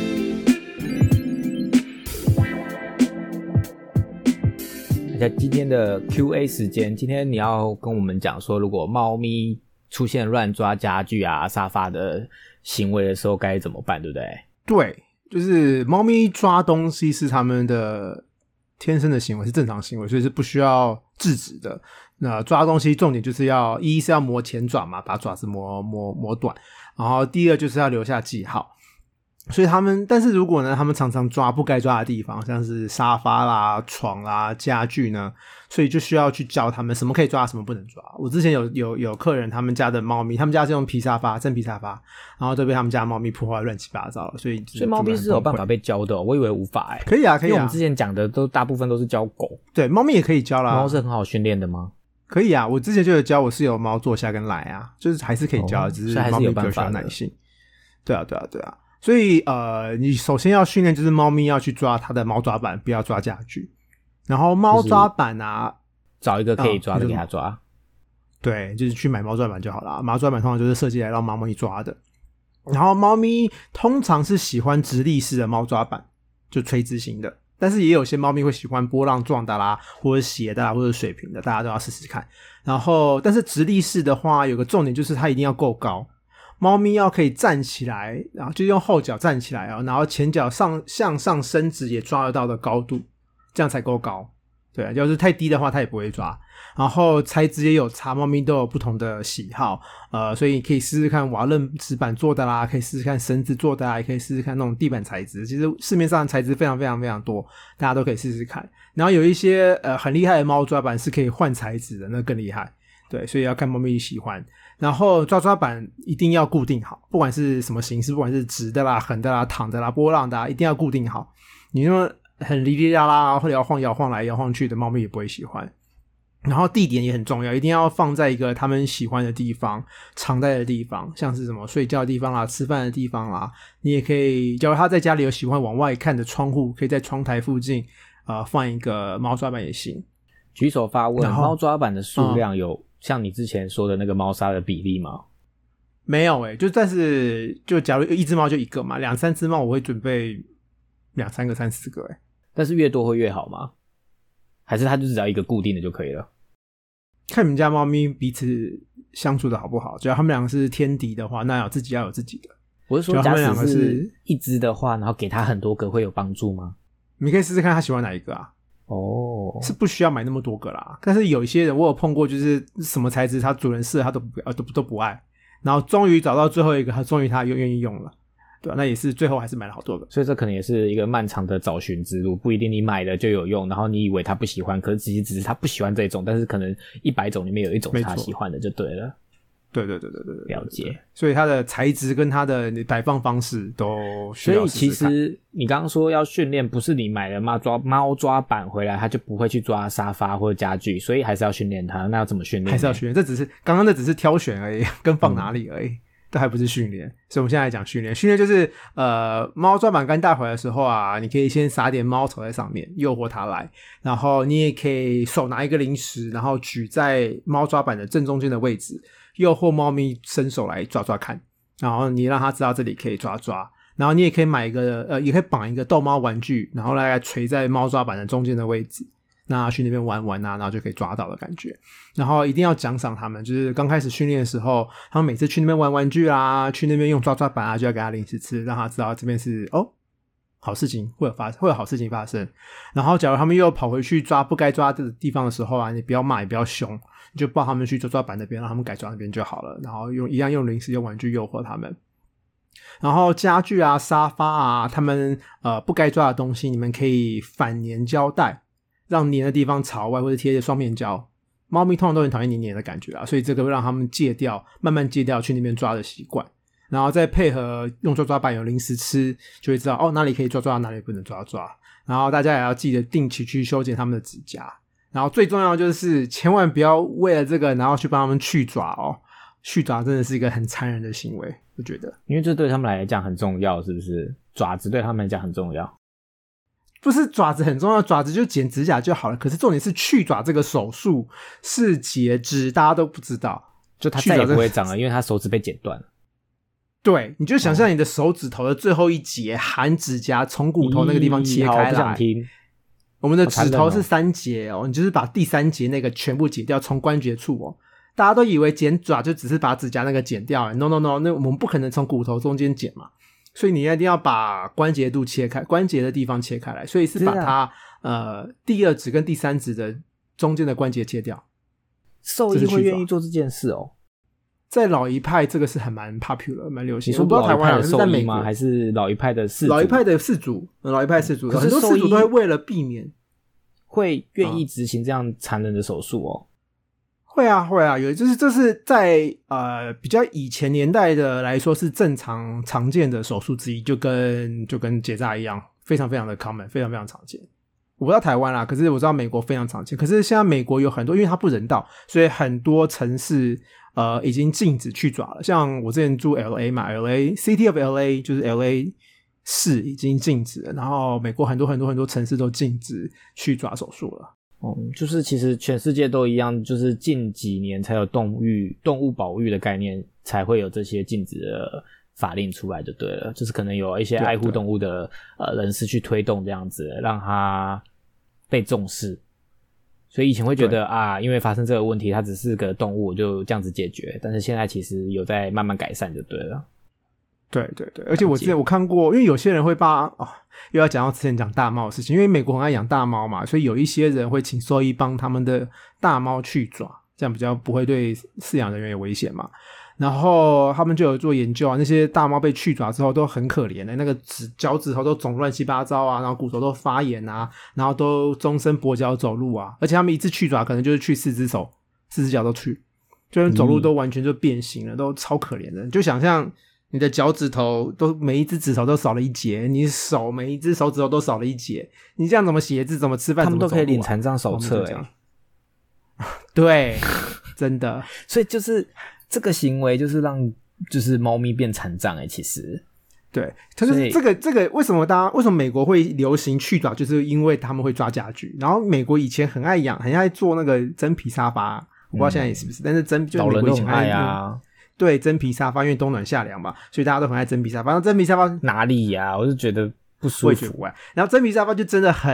S2: 在今天的 QA 时间，今天你要跟我们讲说，如果猫咪出现乱抓家具啊、沙发的行为的时候该怎么办，对不对？
S1: 对，就是猫咪抓东西是它们的天生的行为，是正常行为，所以是不需要制止的。那抓东西重点就是一是要磨前爪嘛，把爪子磨短，然后第二就是要留下记号。所以但是如果呢，他们常常抓不该抓的地方，像是沙发啦、床啦、家具呢，所以就需要去教他们什么可以抓，什么不能抓。我之前有客人，他们家的猫咪，他们家是用皮沙发，真皮沙发，然后都被他们家猫咪破坏乱七八糟了，所以
S2: 猫咪是有办法被教的我以为无法
S1: 可以啊，
S2: 因为我们之前讲的都大部分都是教狗，
S1: 对，猫咪也可以教啦。
S2: 猫是很好训练的吗？
S1: 可以啊，我之前就有教我室友猫坐下跟来啊，就是还是可以教的，只是猫咪比较需要耐心。对啊。所以你首先要训练就是猫咪要去抓它的猫抓板，不要抓家具。然后猫抓板啊，
S2: 找一个可以抓的给它抓。
S1: 对，就是去买猫抓板就好了。猫抓板通常就是设计来让猫咪抓的。然后猫咪通常是喜欢直立式的猫抓板，就垂直型的。但是也有些猫咪会喜欢波浪状的啦，或者斜的啦，或者水平的，大家都要试试看。然后，但是直立式的话，有个重点就是它一定要够高。猫咪要可以站起来，然后就用后脚站起来然后前脚向上伸直也抓得到的高度，这样才够高。对啊，要是太低的话它也不会抓。然后材质也有差，猫咪都有不同的喜好，所以可以试试看瓦楞纸板做的啦，可以试试看绳子做的啦，也可以试试看那种地板材质。其实市面上的材质非常非常非常多，大家都可以试试看。然后有一些很厉害的猫抓板是可以换材质的，那更厉害。对，所以要看猫咪喜欢。然后抓板一定要固定好，不管是什么形式，不管是直的啦、横的啦、躺的啦、波浪的啦，一定要固定好。你那么很哩哩啦啦或者摇晃来摇晃去的，猫咪也不会喜欢。然后地点也很重要，一定要放在一个他们喜欢的地方，常待的地方，像是什么睡觉的地方啦、吃饭的地方啦。你也可以，假如他在家里有喜欢往外看的窗户，可以在窗台附近放一个猫抓板也行。
S2: 举手发问，猫抓板的数量有像你之前说的那个猫砂的比例吗？
S1: 没有但是就假如一只猫就一个嘛，2-3只猫我会准备2-3个、3-4个但
S2: 是越多会越好吗？ 还是它就只要一个固定的就可以了？
S1: 看你们家猫咪彼此相处的好不好，只要他们两个是天敌的话，那要自己要有自己的。
S2: 我是说，假使是一只的话，然后给它很多个会有帮助吗？
S1: 你可以试试看他喜欢哪一个啊。
S2: 哦，
S1: 是不需要买那么多个啦。但是有一些人我有碰过，就是什么材质他主人试了他都不爱，然后终于找到最后一个，他又愿意用了。对啊，那也是最后还是买了好多个。
S2: 所以这可能也是一个漫长的找寻之路，不一定你买了就有用，然后你以为他不喜欢，可是其实只是他不喜欢这种，但是可能100种里面有一种是他喜欢的就对了。
S1: 对，
S2: 了解。
S1: 所以它的材质跟它的摆放方式都需要试试看。
S2: 所以其实你刚刚说要训练，不是你买了猫抓板回来，它就不会去抓沙发或者家具，所以还是要训练它。那要怎么训练？
S1: 还是要训练，这只是刚刚那只是挑选而已，跟放哪里而已。这还不是训练，所以我们现在来讲训练。训练就是猫抓板刚带回来的时候啊，你可以先撒点猫草在上面，诱惑它来，然后你也可以手拿一个零食，然后举在猫抓板的正中间的位置，诱惑猫咪伸手来抓抓看，然后你让它知道这里可以抓抓，然后你也可以买一个也可以绑一个逗猫玩具，然后来垂在猫抓板的中间的位置，那去那边玩玩啊，然后就可以抓到的感觉。然后一定要奖赏他们，就是刚开始训练的时候，他们每次去那边玩玩具啊，去那边用抓抓板啊，就要给他零食吃，让他知道这边是好事情会有好事情发生。然后假如他们又跑回去抓不该抓的地方的时候啊，你不要骂也不要凶，你就抱他们去抓抓板那边，让他们改抓那边就好了。然后一样用零食用玩具诱惑他们。然后家具啊沙发啊，他们不该抓的东西，你们可以反粘胶带，让粘的地方朝外，或者贴双面胶。猫咪通常都很讨厌黏黏的感觉啊，所以这个会让他们戒掉，慢慢戒掉去那边抓的习惯。然后再配合用抓抓板有零食吃，就会知道哪里可以抓抓，哪里不能抓抓。然后大家也要记得定期去修剪他们的指甲。然后最重要的就是千万不要为了这个然后去帮他们去爪哦，去爪真的是一个很残忍的行为，我觉得。
S2: 因为这对他们来讲很重要，是不是？爪子对他们来讲很重要。
S1: 不是爪子很重要，爪子就剪指甲就好了。可是重点是去爪这个手术是截肢，大家都不知道，
S2: 就它再也不会长了，因为它手指被剪断了。
S1: 对，你就想象你的手指头的最后一节含指甲从骨头那个地方切开来。
S2: 不想听。
S1: 我们的指头是3节哦，你就是把第3节那个全部解掉，从关节处哦。大家都以为剪爪就只是把指甲那个剪掉 ，no， 那我们不可能从骨头中间剪嘛。所以你一定要把关节度切开，关节的地方切开来，所以是把它第2指跟第3指的中间的关节切掉。
S2: 兽医会愿意做这件事哦？
S1: 在老一派这个是很蛮 popular 蛮流行。
S2: 你说
S1: 不知道台湾
S2: 的兽医吗？还是老一派的饲主？
S1: 老一派的饲主，很多饲主都会为了避免，
S2: 会愿意执行这样残忍的手术哦。
S1: 会啊，这是在比较以前年代的来说是常见的手术之一，就跟结扎一样，非常非常的 common， 非常非常常见。我不知道台湾啦，可是我知道美国非常常见。可是现在美国有很多，因为它不人道，所以很多城市已经禁止去爪了。像我之前住 LA 嘛 ，LA City of LA 就是 LA 市已经禁止了，然后美国很多城市都禁止去爪手术了。
S2: 就是其实全世界都一样，就是近几年才有动物保育的概念，才会有这些禁止的法令出来就对了。就是可能有一些爱护动物的人士去推动这样子，让它被重视。所以以前会觉得因为发生这个问题，它只是个动物，就这样子解决。但是现在其实有在慢慢改善就对了。
S1: 对，而且我看过，因为有些人会又要讲到之前讲大猫的事情，因为美国很爱养大猫嘛，所以有一些人会请兽医帮他们的大猫去爪，这样比较不会对饲养人员有危险嘛。然后他们就有做研究啊，那些大猫被去爪之后都很可怜的，那个脚趾头都肿乱七八糟啊，然后骨头都发炎啊，然后都终身跛脚走路啊，而且他们一次去爪可能就是去4只手4只脚都去，就是走路都完全就变形了，都超可怜的。你就想象你的脚趾头都每一只指头都少了1节，你手每一只手指头都少了1节，你这样怎么写字怎么吃饭，
S2: 他们都可以领残障手册
S1: 对，真的。
S2: 所以就是这个行为就是让就是猫咪变残障其实
S1: 对，可是这个为什么美国会流行去爪，就是因为他们会抓家具。然后美国以前很爱做那个真皮沙发，我不知道现在也是不是，但是就是美国以前
S2: 很爱啊。
S1: 对，真皮沙发，因为冬暖夏凉嘛，所以大家都很爱真皮沙发。然后真皮沙发
S2: 哪里呀？我就觉得不舒服。
S1: 然后真皮沙发就真的很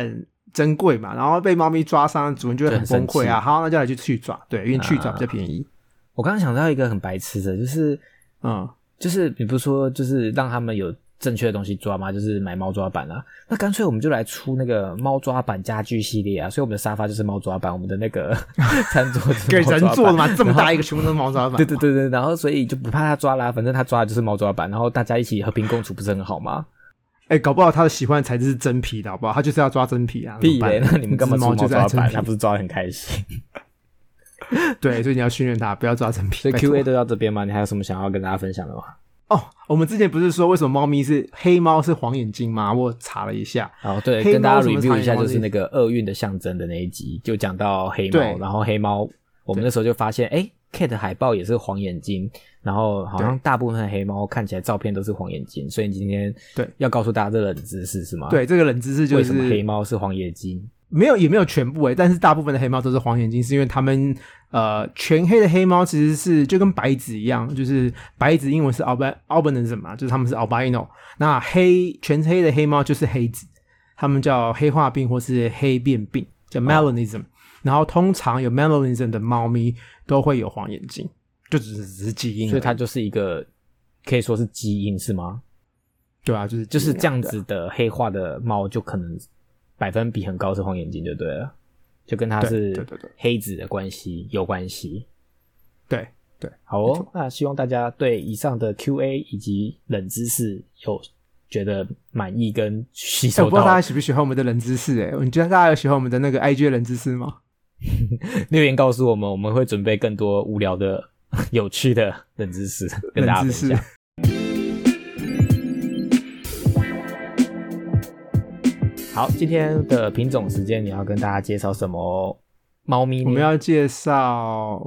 S1: 珍贵嘛，然后被猫咪抓伤，主人就会很崩溃啊。好，那就来去爪，对，因为去爪比较便宜。
S2: 我刚刚想到一个很白痴的，就是你不是说就是让他们有正确的东西抓吗？就是买猫抓板啊，那干脆我们就来出那个猫抓板家具系列啊，所以我们的沙发就是猫抓板，我们的那个餐桌就是猫抓板，
S1: 给人做的嘛，这么大一个全部都是猫抓板。
S2: 对，然后所以就不怕他抓啦，反正他抓的就是猫抓板，然后大家一起和平共处，不是很好吗？
S1: 搞不好他的喜欢的材质是真皮的，好不好？他就是要抓真皮啊。
S2: 屁嘞，那你们干嘛出猫抓板？他不是抓得很开心？
S1: 对，所以你要训练他不要抓真皮。
S2: 所以 Q&A 都到这边吗？你还有什么想要跟大家分享的吗？
S1: 我们之前不是说为什么猫咪是黑猫是黄眼睛吗？我查了一下。
S2: 对，跟大家 review 一下，就是那个厄运的象征的那一集，就讲到黑猫，然后黑猫，我们那时候就发现，Cat 海豹也是黄眼睛，然后好像大部分的黑猫看起来照片都是黄眼睛，所以你今天要告诉大家这个冷知识是吗？
S1: 对，这个冷知识就是
S2: 为什么黑猫是黄眼睛？
S1: 也没有全部但是大部分的黑猫都是黄眼睛，是因为他们全黑的黑猫其实是就跟白子一样，就是白子英文是 albinism 嘛，就是他们是 albino， 那全黑的黑猫就是黑子，他们叫黑化病或是黑变病，叫 melanism，然后通常有 melanism 的猫咪都会有黄眼睛，就只是基因，
S2: 所以它就是一个可以说是基因是吗？
S1: 对啊，
S2: 就是这样子的黑化的猫就可能百分比很高是黄眼睛就对了，就跟它是黑子的关系有关系。
S1: 对，
S2: 好那希望大家对以上的 Q&A 以及冷知识有觉得满意跟吸收到。
S1: 我不知道大家喜不喜欢我们的冷知识你觉得大家有喜欢我们的那个 IG 的冷知识吗？
S2: 留言告诉我们，我们会准备更多无聊的有趣的冷知识跟大家分享。好，今天的品种时间，你要跟大家介绍什么猫咪呢？
S1: 我们要介绍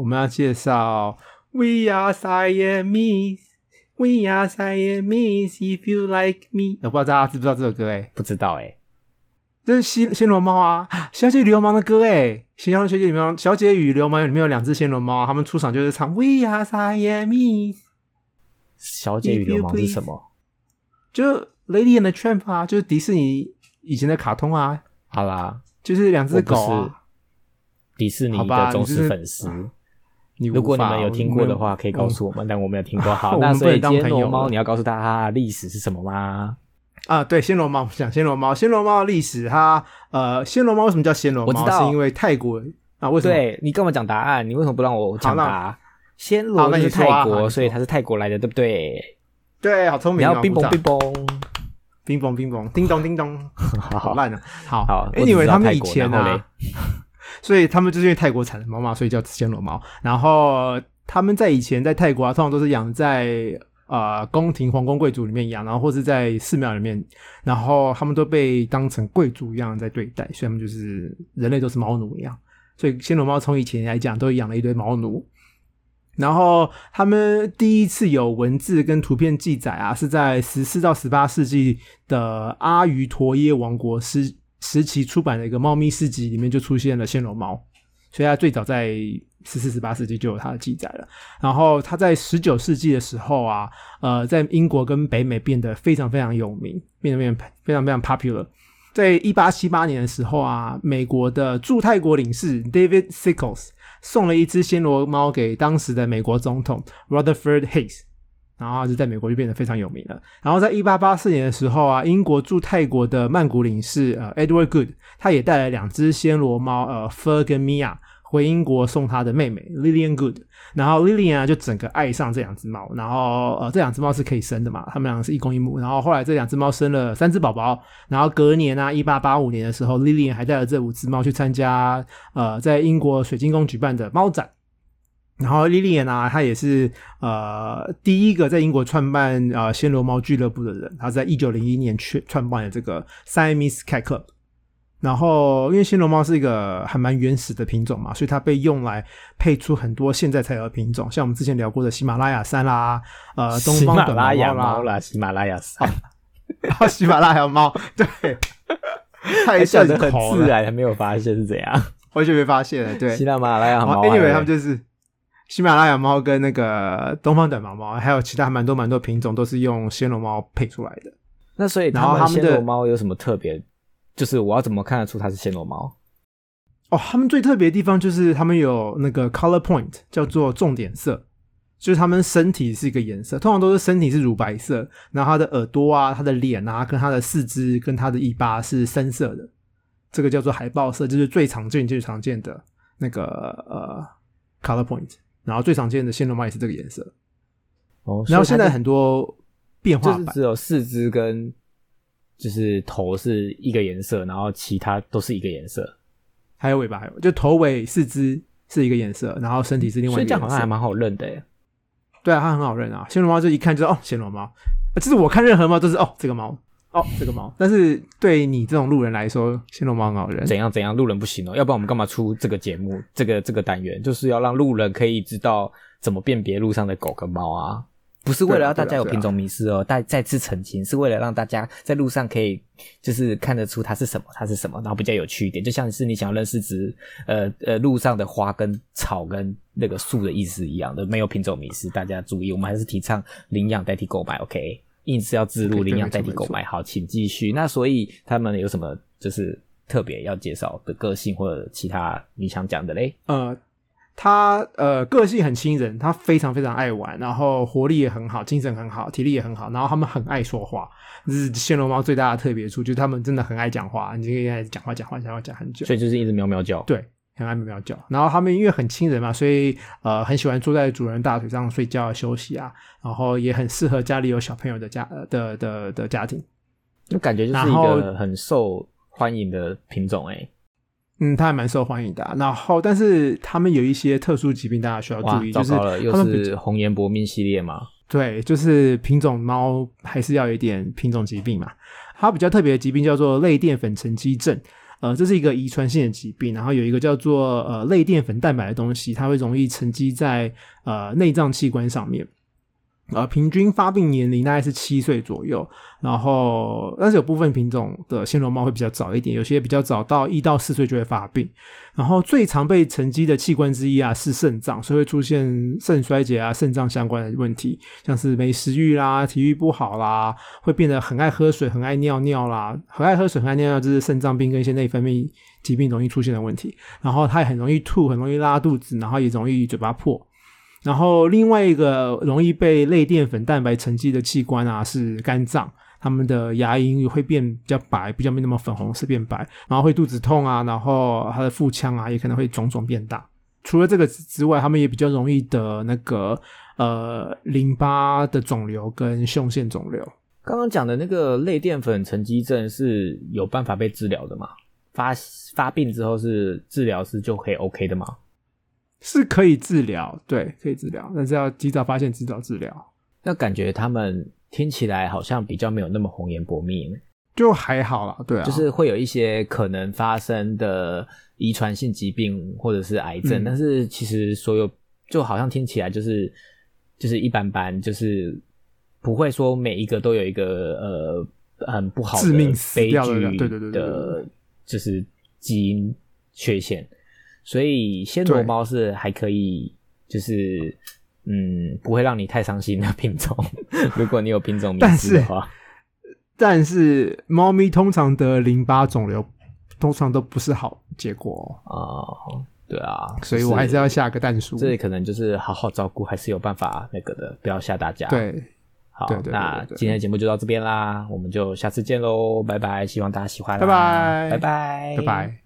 S1: We are Siamese We are Siamese If you like me。 我不知道大家知不知道这首歌
S2: 不知道
S1: 这是暹罗猫啊，小姐与流氓的歌小姐与流氓里面有2只暹罗猫，他们出场就是唱 We are Siamese。
S2: 小姐与流氓是什么？
S1: 就 Lady and the Tramp 啊，就是迪士尼以前的卡通啊。
S2: 好啦，
S1: 就是2只狗啊。
S2: 我不是迪士尼的忠实粉丝，如果你们有听过的话可以告诉我们，但我没有听过。好，那所以暹罗猫你要告诉大家它的历史是什么吗？
S1: 对，暹罗猫，讲暹罗猫的历史，它暹罗猫为什么叫暹罗猫？
S2: 我知道，
S1: 是因为泰国为什么？
S2: 对，你干嘛讲答案？你为什么不让我抢答？暹罗是泰国，所以它是泰国来的，对不对？
S1: 对，好聪明。
S2: 你要冰崩冰崩
S1: 冰崩冰崩，叮咚叮咚，好烂啊！
S2: 好
S1: ，anyway， 他们以前所以他们就是因为泰国产的猫嘛，所以叫暹罗猫。然后他们以前在泰国通常都是养在宫廷皇宫贵族里面养，然后或是在寺庙里面，然后他们都被当成贵族一样在对待，所以他们就是人类都是猫奴一样。所以暹罗猫从以前来讲都养了一堆猫奴。然后他们第一次有文字跟图片记载是在14到18世纪的阿瑜陀耶王国时期出版的一个猫咪诗集里面就出现了暹罗猫，所以它最早在14、18世纪就有它的记载了。然后它在19世纪的时候在英国跟北美变得非常非常有名，变得非常非常 popular。在1878年的时候美国的驻泰国领事 David Sickles 送了一只暹罗猫给当时的美国总统 Rutherford Hayes， 然后它就在美国就变得非常有名了。然后在1884年的时候英国驻泰国的曼谷领事Edward Good 他也带了2只暹罗猫Fer 跟 Mia 回英国送他的妹妹 Lillian Good， 然后 Lillian 就整个爱上这2只猫，然后这2只猫是可以生的嘛，他们2个是一公一母，然后后来这2只猫生了3只宝宝，然后隔年1885年的时候 Lillian 还带了这5只猫去参加在英国水晶宫举办的猫展。然后 Lillian 她也是第一个在英国创办暹罗猫俱乐部的人，她在1901年创办了这个 Siamese Cat Club。然后因为暹罗猫是一个还蛮原始的品种嘛，所以它被用来配出很多现在才有的品种，像我们之前聊过的喜马拉雅山啦，东方短毛猫啦，
S2: 喜马拉雅山，
S1: 喜马拉雅猫，对，它也
S2: 讲得很自然，还没有发现是怎样，
S1: 我就没发现了，对，
S2: 喜马拉雅猫
S1: ，anyway 他们就是喜马拉雅猫跟那个东方短毛猫，还有其他蛮多品种都是用暹罗猫配出来的。
S2: 那所以他们暹罗猫有什么特别就是我要怎么看得出它是暹罗猫？
S1: 哦，他们最特别的地方就是他们有那个 color point， 叫做重点色，就是他们身体是一个颜色，通常都是身体是乳白色，然后他的耳朵啊、他的脸啊、跟他的四肢跟他的尾巴是深色的，这个叫做海豹色，就是最常见的那个color point， 然后最常见的暹罗猫也是这个颜色。
S2: 哦，
S1: 然后现在很多变化版，
S2: 就是只有四肢跟就是头是一个颜色，然后其他都是一个颜色。
S1: 还有尾巴，就头尾四肢是一个颜色，然后身体是另外一个颜色。所以
S2: 这样好像还蛮好认的耶。
S1: 对啊，它很好认啊，暹罗猫就一看就哦，暹罗猫。就是我看任何猫都是哦，这个猫，哦，这个猫。但是对你这种路人来说，暹罗猫很好认。
S2: 怎样？路人不行哦，要不然我们干嘛出这个节目？这个单元就是要让路人可以知道怎么辨别路上的狗跟猫啊。不是为了让大家有品种迷思哦，再次澄清，是为了让大家在路上可以就是看得出它是什么，然后比较有趣一点，就像是你想要认识只路上的花跟草跟那个树的意思一样的，没有品种迷思，大家注意，我们还是提倡领养代替购买 ，OK， 硬是要自录领养代替购买，好，请继续。那所以他们有什么就是特别要介绍的个性或者其他你想讲的嘞？
S1: 他个性很亲人，他非常非常爱玩，然后活力也很好，精神很好，体力也很好，然后他们很爱说话，这是暹罗猫最大的特别处，就是他们真的很爱讲话，你可以讲话讲很久，
S2: 所以就是一直喵喵叫。
S1: 对，很爱喵喵叫。然后他们因为很亲人嘛，所以很喜欢坐在主人大腿上睡觉休息啊，然后也很适合家里有小朋友的家庭。
S2: 就感觉就是一个很受欢迎的品种欸。
S1: 它还蛮受欢迎的啊。然后，但是他们有一些特殊疾病，大家需要注意。
S2: 糟糕了，
S1: 就是
S2: 又是红颜薄命系列嘛？
S1: 对，就是品种猫还是要有一点品种疾病嘛。它比较特别的疾病叫做类淀粉沉积症，这是一个遗传性的疾病。然后有一个叫做类淀粉蛋白的东西，它会容易沉积在内脏器官上面。平均发病年龄大概是7岁左右，然后但是有部分品种的暹罗猫会比较早一点，有些比较早到1到4岁就会发病。然后最常被沉积的器官之一啊是肾脏，所以会出现肾衰竭啊、肾脏相关的问题，像是没食欲啦、体育不好啦，会变得很爱喝水、很爱尿尿啦。很爱喝水、很爱尿尿，这是肾脏病跟一些内分泌疾病容易出现的问题。然后它也很容易吐、很容易拉肚子，然后也容易嘴巴破。然后另外一个容易被类淀粉蛋白沉积的器官啊是肝脏，他们的牙龈会变比较白，比较没那么粉红色变白，然后会肚子痛啊，然后他的腹腔啊也可能会肿变大。除了这个之外，他们也比较容易得那个淋巴的肿瘤跟胸腺肿瘤。
S2: 刚刚讲的那个类淀粉沉积症是有办法被治疗的吗？发病之后是治疗是就可以 OK 的吗？
S1: 是可以治疗，对，可以治疗，但是要及早发现，及早治疗。
S2: 那感觉他们听起来好像比较没有那么红颜薄命，
S1: 就还好啦，对啊，
S2: 就是会有一些可能发生的遗传性疾病或者是癌症，但是其实所有就好像听起来就是一般般，就是不会说每一个都有一个很不好的
S1: 致命死
S2: 悲
S1: 掉的
S2: 剧
S1: 对
S2: 的，就是基因缺陷。所以暹罗猫是还可以，就是不会让你太伤心的品种。如果你有品种迷思的话，
S1: 但是猫咪通常得淋巴肿瘤，通常都不是好结果
S2: 对啊，
S1: 所以我还是要下个蛋书。
S2: 这可能就是好好照顾，还是有办法那个的，不要吓大家。
S1: 对，
S2: 好，
S1: 对，
S2: 那今天的节目就到这边啦，我们就下次见喽，拜拜，希望大家喜欢啦，
S1: 拜拜，
S2: 拜拜，
S1: 拜拜。